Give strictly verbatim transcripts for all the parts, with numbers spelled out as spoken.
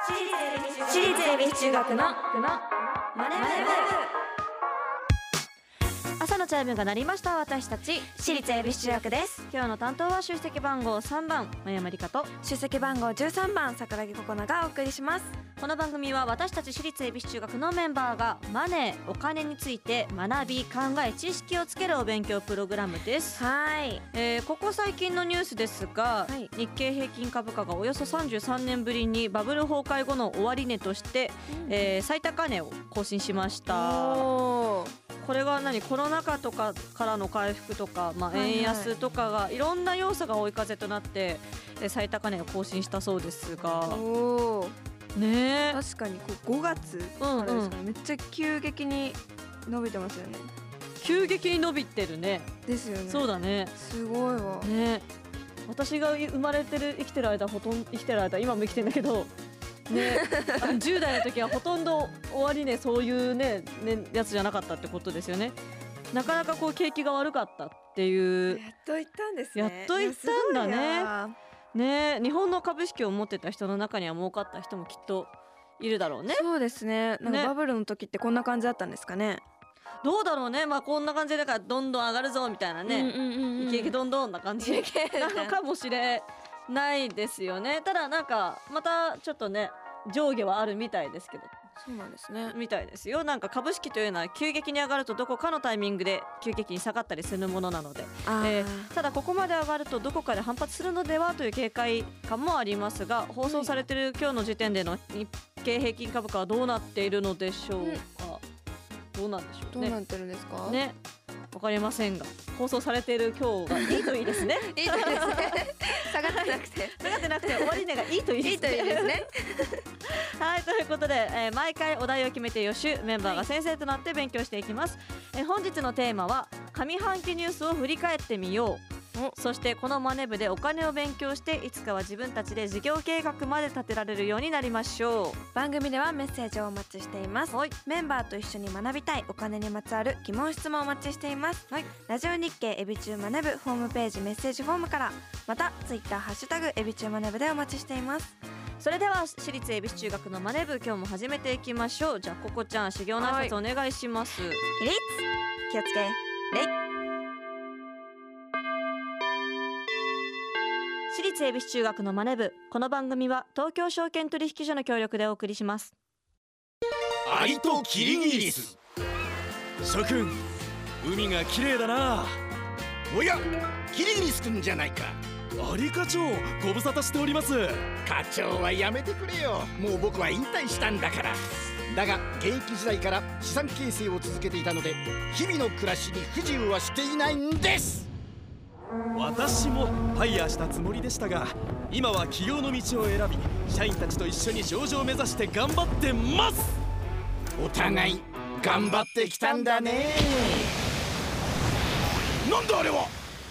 私立恵比寿中学のマネブ。 朝のチャイムが鳴りました。私たち私立恵比寿中学です。 今日の担当は出席番号さんばん真山理香と出席番号じゅうさんばん桜木ココナがお送りします。 この番組は私たち私立恵比寿中学のメンバーがマネー、お金について学び、考え、知識をつけるお勉強プログラムです。 はい、 えー、ここ最近のニュースですが、はい、日経平均株価がおよそさんじゅうさんねんぶりにバブル崩壊後の終値として、うんえー、最高値を更新しました。これは何、コロナ禍とかからの回復とか、まあ、円安とかがいろんな要素が追い風となって、えー、最高値を更新したそうですが、 おね、 確かにこうごがつからですかね、うんうん、めっちゃ急激に伸びてますよね。 急激に伸びてるね。 ですよね。 そうだね。 すごいわね。私が生まれてる生きてる間ほとんど生きてる間今も生きてるんだけどねじゅう代の時はほとんど終わりねそういうねねやつじゃなかったってことですよね。なかなかこう景気が悪かったっていう。 やっと行ったんですね。 やっと行ったんだね。ね、日本の株式を持ってた人の中には儲かった人もきっといるだろうね。 そうですね。なんかバブルの時ってこんな感じだったんですかね。 どうだろうね。まあこんな感じだからどんどん上がるぞみたいなね、うんうんうんうん、イケイケどんどんな感じなのかもしれないですよね。ただなんかまたちょっとね上下はあるみたいですけど。 そうなんですね。 みたいですよ。なんか株式というのは急激に上がるとどこかのタイミングで急激に下がったりするものなので、えー、ただここまで上がるとどこかで反発するのではという警戒感もありますが、放送されている今日の時点での日経平均株価はどうなっているのでしょうか、うん、どうなんでしょうね。 どうなってるんですかね、わかりませんが放送されている今日がいいといいですねいいといいですね下がってなくて下がってなくて終値がいいといいですね。いいといいですねはい、ということで、えー、毎回お題を決めて予習、メンバーが先生となって勉強していきます。えー、本日のテーマは上半期ニュースを振り返ってみよう。そしてこのマネ部でお金を勉強していつかは自分たちで事業計画まで立てられるようになりましょう。 番組ではメッセージをお待ちしています。メンバーと一緒に学びたいお金にまつわる疑問質問をお待ちしています。ラジオ日経エビチューマネ部ホームページメッセージフォームから、またツイッターハッシュタグエビチューマネ部でお待ちしています。 それでは私立恵比寿中学のマネ部、今日も始めていきましょう。じゃあココちゃん修行の挨拶お願いします。起立、 気をつけ礼。 私立恵比寿中学のマネ部、この番組は東京証券取引所の協力でお送りします。 アリとキリギリス。諸君、海が綺麗だな。 おや、キリギリス君じゃないか。 アリ課長、ご無沙汰しております。 課長はやめてくれよ。もう僕は引退したんだから。だが現役時代から資産形成を続けていたので、日々の暮らしに不自由はしていないんです。 私もファイヤーしたつもりでしたが、今は起業の道を選び、社員たちと一緒に上場を目指して頑張ってます。 お互い頑張ってきたんだね。なんだあれは。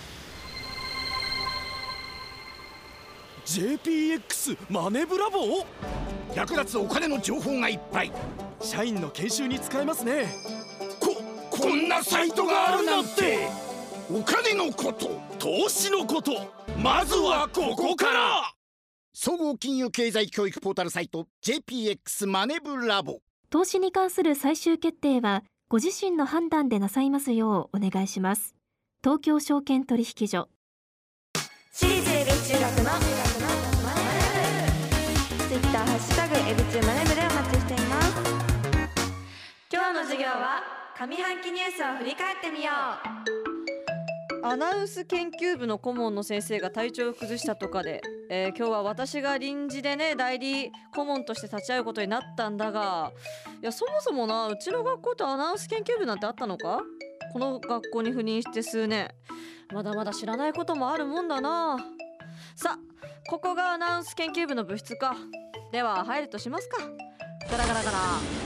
ジェーピーエックス マネブラボー。 役立つお金の情報がいっぱい。 社員の研修に使えますね。 こ、こんなサイトがあるなんて。お金のこと、 投資のこと、まずはここから。 総合金融経済教育ポータルサイト ジェーピーエックス マネブラボ。 投資に関する最終決定はご自身の判断でなさいますようお願いします。東京証券取引所。 私立恵比寿中学のマネブ、ツイッターハッシュタグエビチューマネブでお待ちしています。今日の授業は上半期ニュースを振り返ってみよう。 アナウンス研究部の顧問の先生が体調を崩したとかで、えー、今日は私が臨時でね代理顧問として立ち会うことになったんだが、いやそもそもな、うちの学校とアナウンス研究部なんてあったのか。この学校に赴任して数年、まだまだ知らないこともあるもんだな。さあ、ここがアナウンス研究部の部室か。では入るとしますか。ガラガラガラ。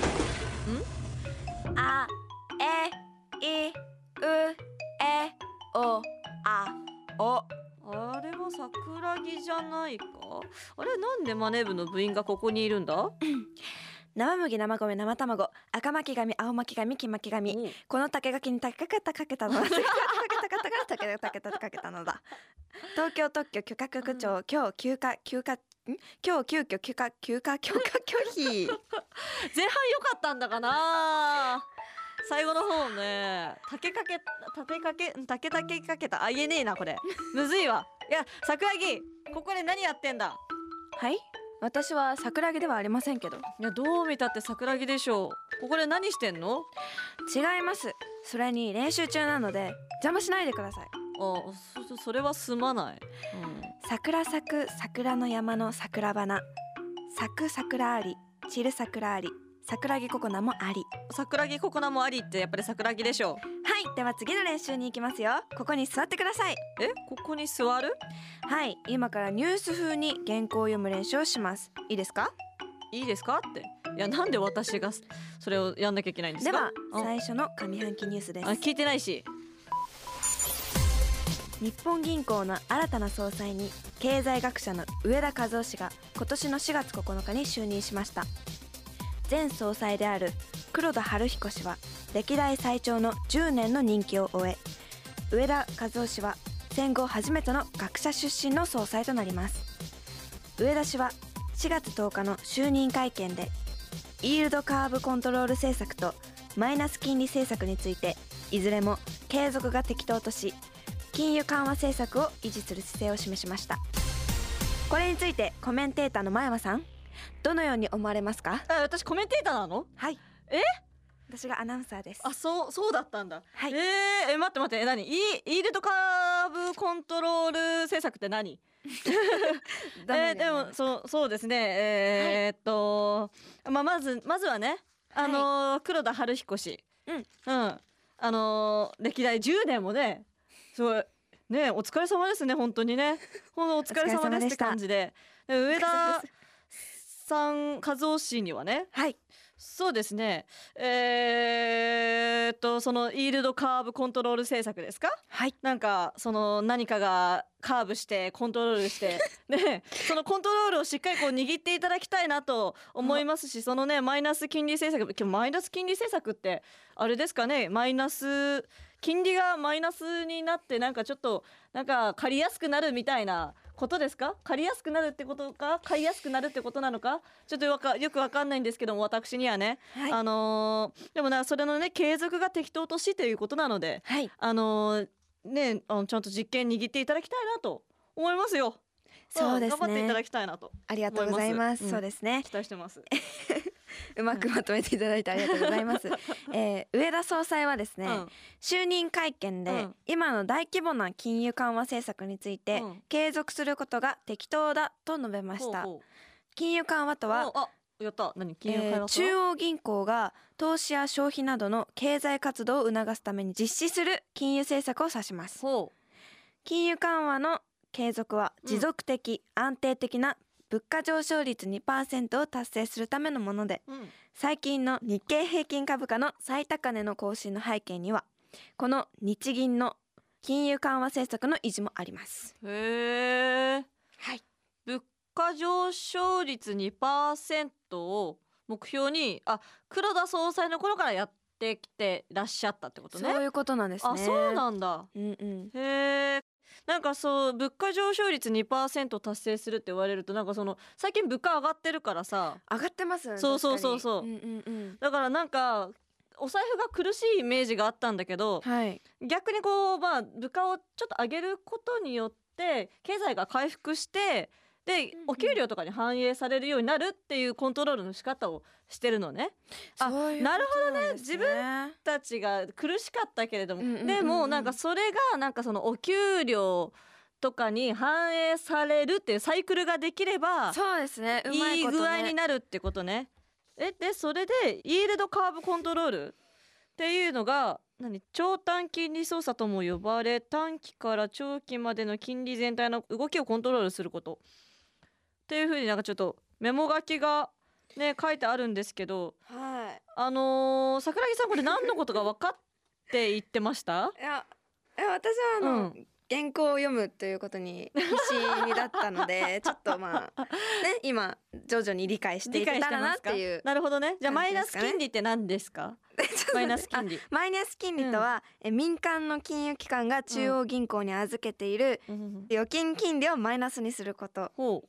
んあえいうえおあお。 あれは桜木じゃないか。あれ、なんでマネ部の部員がここにいるんだ生麦、生米、生卵、赤巻紙、青巻紙、黄巻紙、うん、この竹垣に竹かたかけたのだ竹かたかたか竹かたかけたのだ。東京特許許可局長、今日休暇休暇今日急遽休暇休暇許可拒否前半良かったんだかな。最後の方ね、竹かけ竹かけ竹竹かけたあ言えねえなこれむずいわ。いや桜木ここで何やってんだ。 はい、私は桜木ではありませんけど。 いやどう見たって桜木でしょう。ここで何してんの。 違います。それに練習中なので邪魔しないでください。 あそそれはすまない、うん、 桜咲く桜の山の桜花、咲く桜あり散る桜あり、桜木ココナもあり。 桜木ココナもありってやっぱり桜木でしょう。 はい、では次の練習に行きますよ。ここに座ってください。 えここに座る。 はい、今からニュース風に原稿を読む練習をします。いいですか。 いいですかって。いやなんで私がそれをやんなきゃいけないんですか。 ではあ最初の上半期ニュースです。 あ聞いてないし。 日本銀行の新たな総裁に経済学者の上田和夫氏が今年のしがつここのかに就任しました。前総裁である黒田晴彦氏は歴代最長のじゅうねんの任期を終え、上田和夫氏は戦後初めての学者出身の総裁となります。上田氏はしがつとおかの就任会見でイールドカーブコントロール政策とマイナス金利政策についていずれも継続が適当とし、金融緩和政策を維持する姿勢を示しました。これについてコメンテーターの前山さん、どのように思われますか。 あ私コメンテーターなの。 はい、 え私がアナウンサーです。 あそうそうだったんだ、 はい、 えー、え待って待って何イイールドカーブコントロール政策って何どのようえー、でに思われますもそうそうですねえー、っと、まあ、まずまずはねあのーはい、黒田晴彦氏、 うんうん、あのー、歴代じゅうねんもねそうねお疲れ様ですね本当にねほんお疲れ様ですって感じで、で上田さん和夫氏にはね、 はいそうですねえー、っとそのイールドカーブコントロール政策ですか。 はいなんかその何かがカーブしてコントロールしてねそのコントロールをしっかりこう握っていただきたいなと思いますし、そのねマイナス金利政策、マイナス金利政策ってあれですかね、マイナス金利がマイナスになってなんかちょっとなんか借りやすくなるみたいなことですか。借りやすくなるってことか買いやすくなるってことなのかちょっとわかよくわかんないんですけども、私にはね、 はいあのー、でもなそれのね継続が適当としということなので、 はいあのー、ねあのちゃんと実験握っていただきたいなと思いますよ。 そうですね、 頑張っていただきたいなとありがとうございます。 思います。 そうですね、 期待してますうまくまとめていただいてありがとうございます、えー、上田総裁はですね、 うん就任会見で、 うん今の大規模な金融緩和政策について、 うん継続することが適当だと述べました。 ほうほう金融緩和とは、 おあやった何金融えー緩和とは、 中央銀行が投資や消費などの経済活動を促すために実施する金融政策を指します。 ほ金融緩和の継続はうん持続的、安定的な物価上昇率 にパーセント を達成するためのもので、 う、うん最近の日経平均株価の最高値の更新の背景にはこの日銀の金融緩和政策の維持もあります。 へーはい物価上昇率 にパーセント を目標にあ黒田総裁の頃からやってきてらっしゃったってことね。 そういうことなんですね。 あそうなんだ。 うんうんへーなんかそう物価上昇率 にパーセント 達成するって言われるとなんかその最近物価上がってるからさ、 上がってますよね。 そうそうそうそう確かにうんうんうんだからなんかお財布が苦しいイメージがあったんだけど、 はい逆にこうまあ物価をちょっと上げることによって経済が回復してでうんうんお給料とかに反映されるようになるっていうコントロールの仕方をしてるのね。あそういうなることなんですね。 自分たちが苦しかったけれども、 うんうんうんうんでもなんかそれがなんかそのお給料とかに反映されるっていうサイクルができればそうですね。うまいいいことね具合になるってことね。えでそれでイールドカーブコントロールっていうのが何長短金利操作とも呼ばれ短期から長期までの金利全体の動きをコントロールすることっていうふうになんかちょっとメモ書きがね書いてあるんですけど、 はいあのー、桜木さんこれ何のことが分かって言ってましたいやいや私はあの、 うん原稿を読むということに必死にだったのでちょっとまあね今徐々に理解していけたらなっていう。 なるほどね。じゃあマイナス感じですかね金利って何ですか？マイナス金利。 マイナス金利とは、え民間の金融機関が中央銀行に預けているうん預金金利をマイナスにすることほう。 で、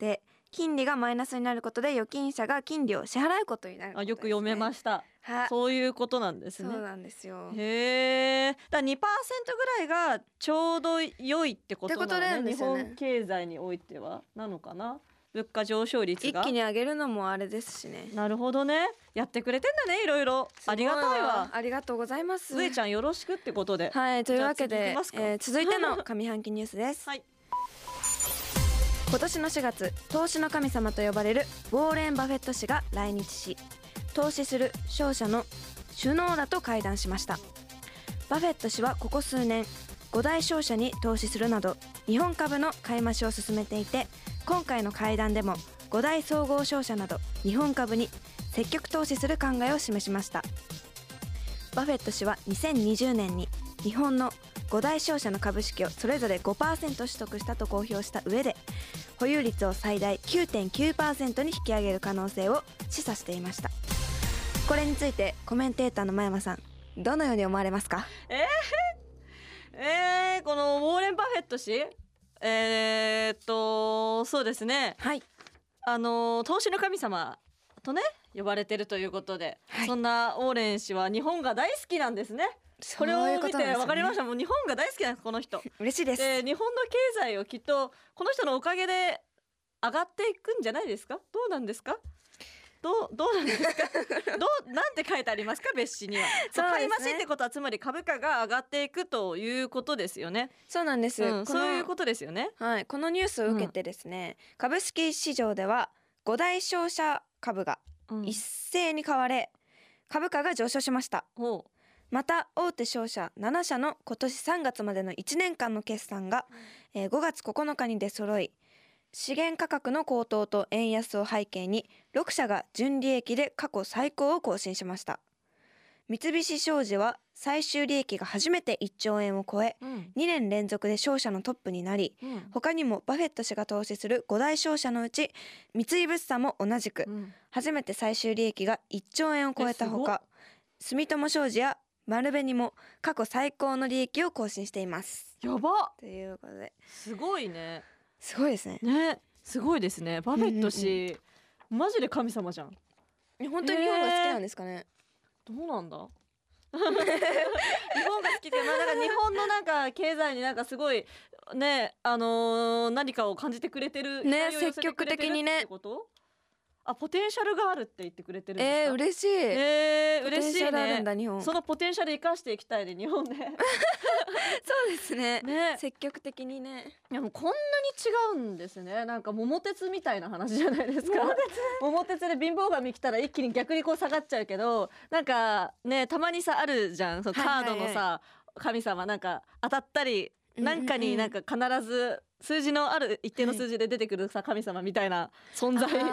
金利がマイナスになることで預金者が金利を支払うことになることです、ね、 あ、よく読めました。 はい、 そういうことなんですね。 そうなんですよ。 へえ。だから にパーセント ぐらいがちょうど良いってことなのね。 ってことなんですよね。 日本経済においてはなのかな。物価上昇率が一気に上げるのもあれですしね。 なるほどね。やってくれてんだね、いろいろ。ありがたいわ。 ありがとうございます。 上ちゃんよろしくってことで。 はい、というわけで、 じゃあ次行きますか。 えー続いての上半期ニュースです。 はい。 今年のしがつ、投資の神様と呼ばれるウォーレン・バフェット氏が来日し、投資する商社の首脳らと会談しました。バフェット氏はここ数年、ご大商社に投資するなど日本株の買い増しを進めていて、今回の会談でもご大総合商社など日本株に積極投資する考えを示しました。バフェット氏はにせんにじゅうねんに日本のご大商社の株式をそれぞれ ごパーセント 取得したと公表した上で、保有率を最大 きゅうてんきゅうパーセント に引き上げる可能性を示唆していました。これについてコメンテーターの真山さん、どのように思われますか？ えー、えー、このウォーレン・バフェット氏、えー、っとそうですね、 はい、 あの投資の神様とね呼ばれてるということで、はい、そんなウォーレン氏は日本が大好きなんですね。これを見て分かりました。もう日本が大好きなんです、この人。 嬉しいです。 で、日本の経済をきっとこの人のおかげで上がっていくんじゃないですか。どうなんですか。どうどうなんですか。どうなんて書いてありますか、別紙には。買い増しってことはつまり株価が上がっていくということですよね。 そうなんです、 うん、そういうことですよね。 はい、このニュースを受けてですね、うん、株式市場ではご大商社株が一斉に買われ、株価が上昇しました。 ほう。 また大手商社なな社の今年さんがつまでのいちねんかんの決算が、えー、ごがつここのかに出揃い、資源価格の高騰と円安を背景にろく社が純利益で過去最高を更新しました。三菱商事は最終利益が初めていっちょうえんを超え、うん、にねん連続で商社のトップになり、うん、他にもバフェット氏が投資するご大商社のうち三井物産も同じく、うん、初めて最終利益がいっちょうえんを超えたほか、住友商事や丸紅も過去最高の利益を更新しています。 やばということで、 すごいね。 すごいですね。 ね、すごいですね。バフェット氏、うんうんうん、マジで神様じゃん。 え、本当に日本が好きなんですかね。 えー、どうなんだ。日本が好きで、まあ、なんか日本のなんか経済になんかすごいね、あのー、何かを感じてくれてるね、積極的にね。 あ、ポテンシャルがあるって言ってくれてるんですか。 えー、嬉しい。 えー、嬉しいね。 ポテンシャルあるんだ日本。 そのポテンシャル生かしていきたいね、日本で。 そうですね。 ね、 積極的にね。 いや、もうこんなに違うんですね。なんか桃鉄みたいな話じゃないですか。桃鉄桃鉄で貧乏神来たら一気に逆にこう下がっちゃうけど、なんかね、たまにさあるじゃん、そのカードのさ、はいはいはい、神様なんか当たったり、なんかになんか必ず数字のある一定の数字で出てくるさ神様みたいな存在ってこと、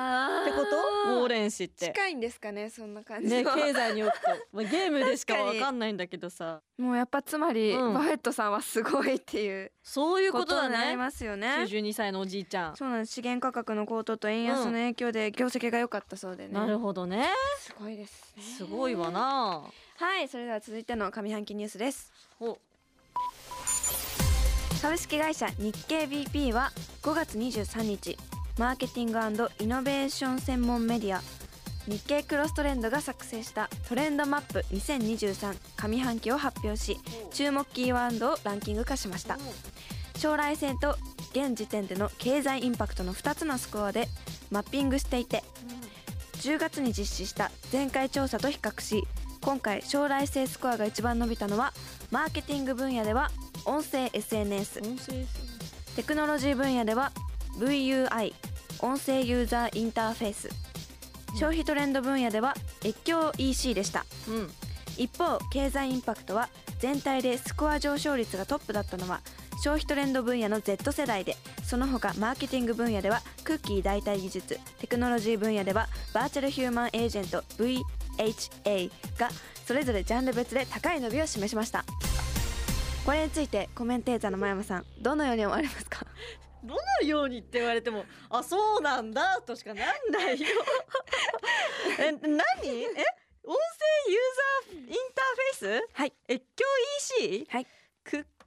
ウォーレン氏って。 近いんですかね、そんな感じね、経済によくと、まあ、ゲームでしかわかんないんだけどさ、 もうやっぱつまり、うん、バフェットさんはすごいっていうそういうことだね。 ことになりますよね。 きゅうじゅうにさいのおじいちゃん。 そうなんです。資源価格の高騰と円安の影響で業績が良かったそうでね、 うん、なるほどね。 すごいですね。 すごいわな。 はい、それでは続いての上半期ニュースです。 お株式会社日経 ビーピー はごがつにじゅうさんにち、マーケティング&イノベーション専門メディア日経クロストレンドが作成したトレンドマップにせんにじゅうさん上半期を発表し、注目キーワードをランキング化しました。将来性と現時点での経済インパクトのふたつのスコアでマッピングしていて、じゅうがつに実施した前回調査と比較し、今回将来性スコアが一番伸びたのはマーケティング分野では音声 エスエヌエス、 テクノロジー分野では ブイユーアイ 音声ユーザーインターフェース、消費トレンド分野では越境 イーシー でした、うん、一方経済インパクトは全体でスコア上昇率がトップだったのは消費トレンド分野の Z 世代で、その他マーケティング分野ではクッキー代替技術、テクノロジー分野ではバーチャルヒューマンエージェント ブイエイチエー がそれぞれジャンル別で高い伸びを示しました。これについてコメンテーターの真山さん、どのように思われますか？ どのようにって言われても、あ、そうなんだとしかなんないよ。え、何？え、音声ユーザーインターフェース？ はい。 越境 イーシー？ はい。 クッ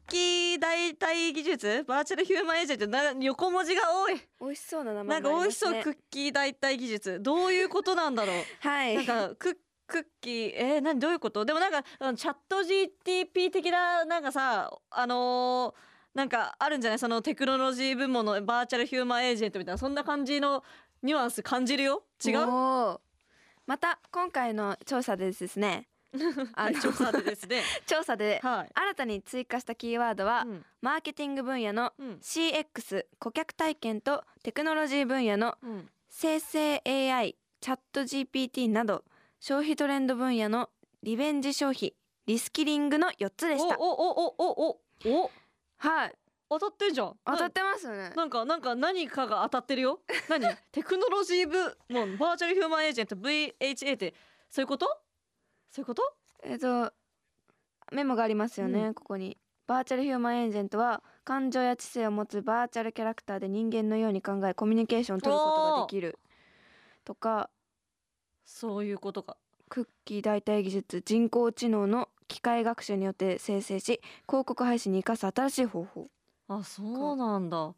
キー代替技術バーチャルヒューマンエージェントな横文字が多い。 美味しそうな名なんか前もありますね。 美味しそうクッキー代替技術どういうことなんだろうはいなんかクックッキーえー、何どういうことでもなんかあのチャット ジーティーピー 的ななんかさあのー、なんかあるんじゃないそのテクノロジー部門のバーチャルヒューマンエージェントみたいなそんな感じのニュアンス感じるよ違うおーまた今回の調査でですねあの調査でですね調査ではい新たに追加したキーワードは、 うんマーケティング分野のうんシーエックス 顧客体験とテクノロジー分野のうん生成 エーアイ チャット ジーピーティー など消費トレンド分野のリベンジ消費リスキリングのよっつでした。 おおおおおおおはい当たってんじゃん当たってますよね。 なんかなんか何かが当たってるよ何テクノロジー部門バーチャルヒューマンエージェント ブイエイチエー ってそういうことそういうことえっとメモがありますよね、 うんここにバーチャルヒューマンエージェントは感情や知性を持つバーチャルキャラクターで人間のように考えコミュニケーションを取ることができるとかそういうことかクッキー代替技術人工知能の機械学習によって生成し広告配信に生かす新しい方法。 あそうなんだ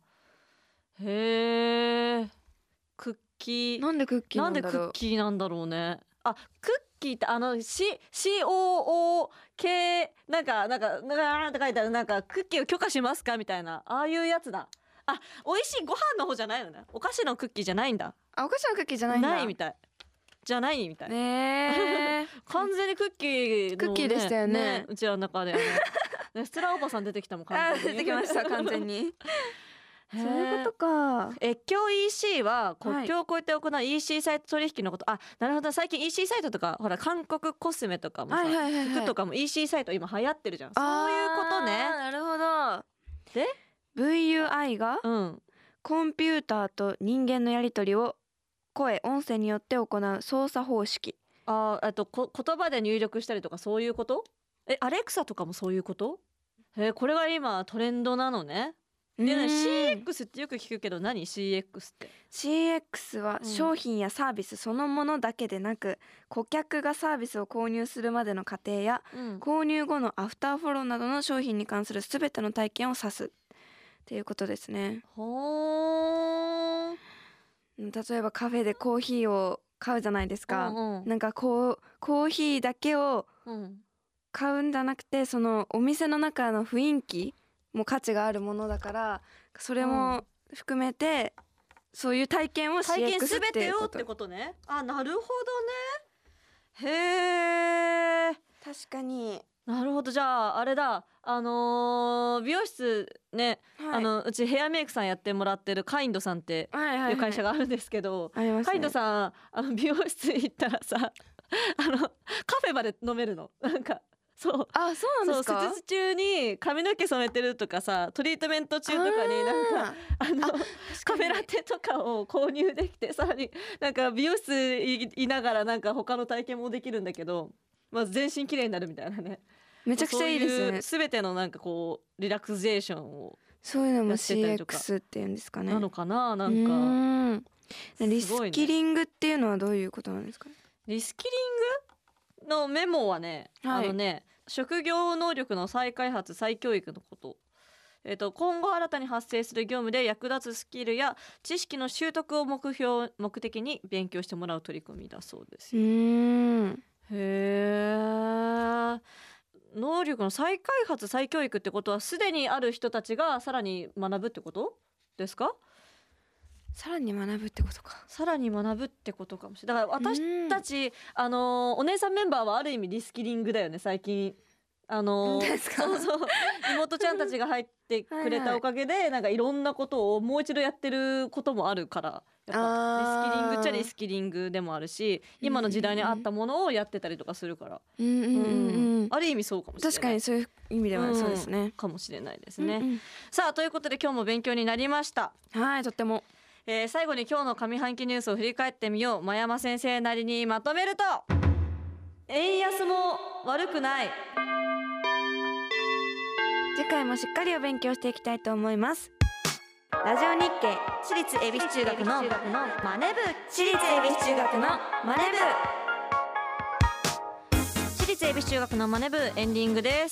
へえクッキーなんでクッキーなでクなんんだろう。 ッキーなんだろうねあクッキーってあの C COOK なんかなんかなんって書いてあるなんかクッキーを許可しますかみたいなああいうやつだあ美味しいご飯の方じゃないのねお菓子のクッキーじゃないんだあお菓子のクッキーじゃないんだ。 ないみたいじゃないみたいねえ完全にクッキーの、ね、 クッキーでしたよねうちらの中ではねねステラおばさん出てきたもんあ完全に出てきました完全にへーそういうことか。 越境 イーシー は国境を越えて行う イーシー サイト取引のこと、あなるほど最近 イーシー サイトとかほら韓国コスメとかもさ、 はいはいはいはい服とかも イーシー サイト今流行ってるじゃんそういうことあーねなるほど。 でブイユーアイ がうんコンピューターと人間のやり取りを声音声によって行う操作方式。 ああとこ言葉で入力したりとかそういうことえアレクサとかもそういうことへーこれが今トレンドなのねでねうーんシーエックス ってよく聞くけど何 シーエックス ってシーエックス はうん商品やサービスそのものだけでなく、顧客がサービスを購入するまでの過程やうん購入後のアフターフォローなどの商品に関するすべての体験を指すっていうことですね。 ほー例えばカフェでコーヒーを買うじゃないですか、 うんうんなんかこうコーヒーだけをうん買うんじゃなくてそのお店の中の雰囲気も価値があるものだからそれも含めてそういう体験を シーエックス体験すべっていうことてよってことねあなるほどねへえ確かに、 なるほどじゃああれだあのー美容室ね、 はい、 あのうちヘアメイクさんやってもらってるカインドさんってはいはいはいいう会社があるんですけど、 ありますね。 カインドさんあの美容室行ったらさあのカフェまで飲めるのなんかそうあそうなんそうですか。 施術中に髪の毛染めてるとかさトリートメント中とかになんかあのあカフェラテとかを購入できてさらになんか美容室いいながらなんか他の体験もできるんだけどまず全身きれいになるみたいなねめちゃくちゃいいですね。 すべてのなんかこうリラクゼーションをそういうのもやってたりシーエとかックス っていうんですかね。 なのかななうんかーんリすごいねスキリングっていうのはどういうことなんですか。 リスキリングのメモはね、 はいあのね職業能力の再開発再教育のことえー、と今後新たに発生する業務で役立つスキルや知識の習得を目標目的に勉強してもらう取り組みだそうですうよ。 ーんへー能力の再開発再教育ってことはすでにある人たちがさらに学ぶってことですか。 さらに学ぶってことか。 さらに学ぶってことかもしれない。だから私たうんちあのーお姉さんメンバーはある意味リスキリングだよね最近。あのー本当ですかそうそう妹ちゃんたちが入ってくれたおかげでなんかいろんなことをもう一度やってることもあるからやっぱリスキリングっちゃリスキリングでもあるし今の時代に合ったものをやってたりとかするから、 うんうんうんうんある意味そうかもしれない。 確かにそういう意味ではそうですね。 かもしれないですね、 うんさあということで今日も勉強になりました、 うんはいとっても。 えー最後に今日の上半期ニュースを振り返ってみよう。真山先生なりにまとめると円安も悪くない。 次回もしっかりお勉強していきたいと思います。ラジオ日経私立恵比寿中学のマネ部私立恵比寿中学のマネ部私立恵比寿中学のマネ部エンディングです。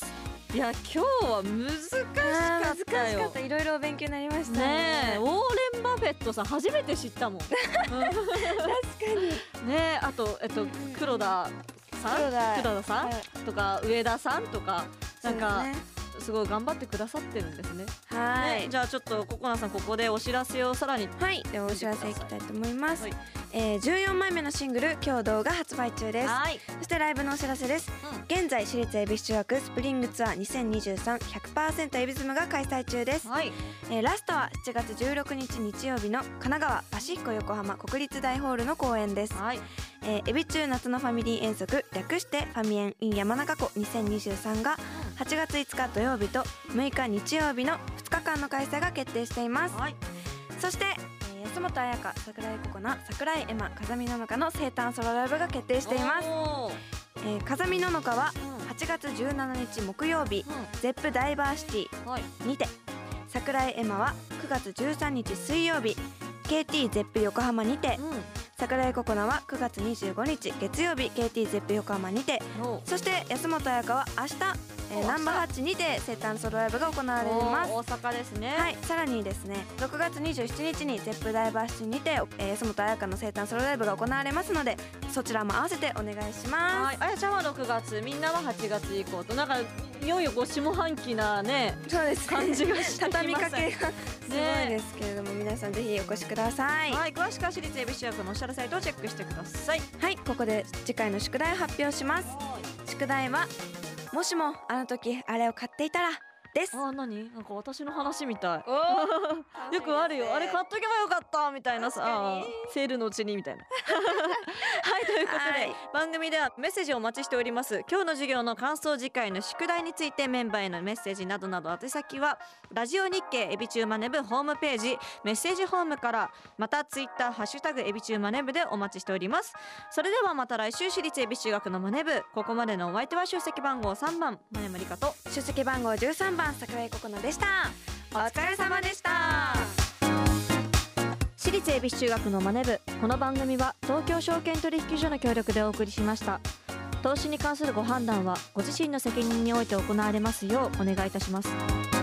いや今日は難しかったよ。 難しかった。いろいろ勉強になりましたね。 ねえ、ウォーレン・バフェットさん初めて知ったもん。確かに。ねえ、あとえっと黒田さん、 黒田黒田さん、 はいとか上田さんとかなんか。 そうですね。 すごい頑張ってくださってるんですね。 はい、 ね、じゃあちょっとココナさんここでお知らせをさらに。 はい、ではお知らせいきたいと思います。 はいえー、じゅうよんまいめのシングル「共同」が発売中です。 はい。 そしてライブのお知らせです。現在私立恵比寿中学スプリングツアーにせんにじゅうさん ひゃくパーセント エビズムが開催中です。 はい。 えー、ラストはしちがつじゅうろくにち日曜日の神奈川パシフィコ横浜国立大ホールの公演です。 はい。 えー、エビ中夏のファミリー遠足略してファミエン in 山中湖にせんにじゅうさんがはちがついつか土曜日とむいか日曜日のふつかかんの開催が決定しています。 はい。 そして、えー、安本彩香、桜井ココナ、桜井エマ、風見ののかの生誕ソロライブが決定しています。 おーえー、風見ののかはうんはちがつじゅうしちにち木曜日、ゼップダイバーシティはい。 にて、桜井エマはくがつじゅうさんにち水曜日 ケーティー ゼップ横浜にて、 うん。 桜井ココナはくがつにじゅうごにち月曜日 ケーティー ゼップ横浜にて、 おそして安本彩香は明日、えー、 おナンバーハッチにて生誕ソロライブが行われます。 大阪ですね。 はい、さらにですねろくがつにじゅうしちにちにゼップダイバーシティにて、えー、安本彩香の生誕ソロライブが行われますのでそちらも合わせてお願いしまはい。あやちゃんはろくがつ、みんなははちがつ以降となんかいよいよこう下半期なねす。そうです感じがしてきます。 畳みかけがすごいですけれども、皆さんぜひお越しください。 はい、詳しくは私立恵比寿中学のおっしゃるサイトをチェックしてください。 はい、ここで次回の宿題を発表します。宿題はもしもあの時あれを買っていたらです。 あー、何？なんか私の話みたい。 およくあるよ。あれ買っとけばよかったみたいなさ、 確かにあーセールのうちにみたいな。はい、ということで、 はい番組ではメッセージをお待ちしております。今日の授業の感想、次回の宿題についてメンバーへのメッセージなどなど宛先はラジオ日経エビチューマネブホームページメッセージホームから、またツイッターハッシュタグエビチューマネブでお待ちしております。それではまた来週、私立恵比寿中学のマネブ、ここまでのお相手は出席番号さんばん真山理香と出席番号じゅうさんばん桜井ココナでした。お疲れ様でした。 私立恵比寿中学のマネブ、この番組は東京証券取引所の協力でお送りしました。投資に関するご判断はご自身の責任において行われますようお願いいたします。